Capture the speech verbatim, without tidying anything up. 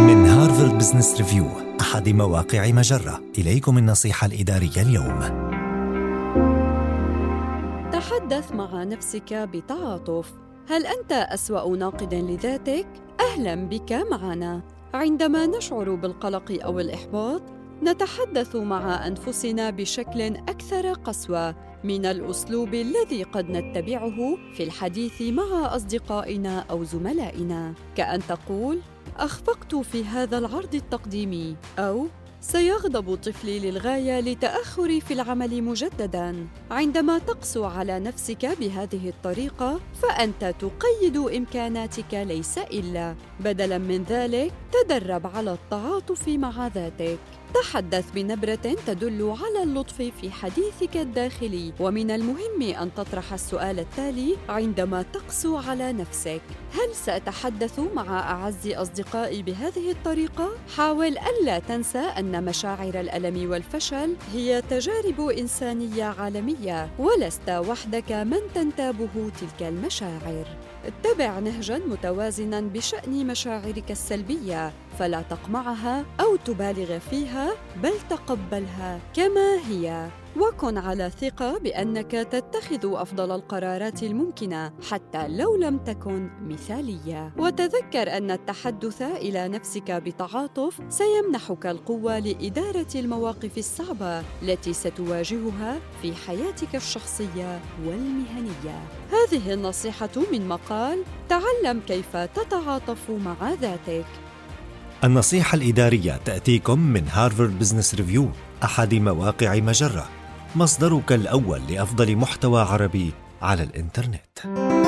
من هارفارد بزنس ريفيو، أحد مواقع مجرة، إليكم النصيحة الإدارية اليوم. تحدث مع نفسك بتعاطف. هل أنت أسوأ ناقد لذاتك؟ أهلاً بك معنا. عندما نشعر بالقلق أو الإحباط، نتحدث مع أنفسنا بشكل أكثر قسوة من الأسلوب الذي قد نتبعه في الحديث مع أصدقائنا أو زملائنا، كأن تقول: أخفقت في هذا العرض التقديمي، أو سيغضب طفلي للغاية لتأخري في العمل مجدداً. عندما تقسو على نفسك بهذه الطريقة، فأنت تقيد إمكاناتك ليس إلا. بدلاً من ذلك، تدرب على التعاطف مع ذاتك. تحدث بنبرة تدل على اللطف في حديثك الداخلي، ومن المهم أن تطرح السؤال التالي عندما تقسو على نفسك: هل سأتحدث مع أعز أصدقائي بهذه الطريقة؟ حاول ألا تنسى أن مشاعر الألم والفشل هي تجارب إنسانية عالمية، ولست وحدك من تنتابه تلك المشاعر. اتبع نهجاً متوازناً بشأن مشاعرك السلبية، فلا تقمعها أو تبالغ فيها، بل تقبلها كما هي، وكن على ثقة بأنك تتخذ أفضل القرارات الممكنة حتى لو لم تكن مثالية. وتذكر أن التحدث إلى نفسك بتعاطف سيمنحك القوة لإدارة المواقف الصعبة التي ستواجهها في حياتك الشخصية والمهنية. هذه النصيحة من مقال تعلم كيف تتعاطف مع ذاتك. النصيحة الإدارية تأتيكم من هارفارد بزنس ريفيو، أحد مواقع مجرة، مصدرك الأول لأفضل محتوى عربي على الإنترنت.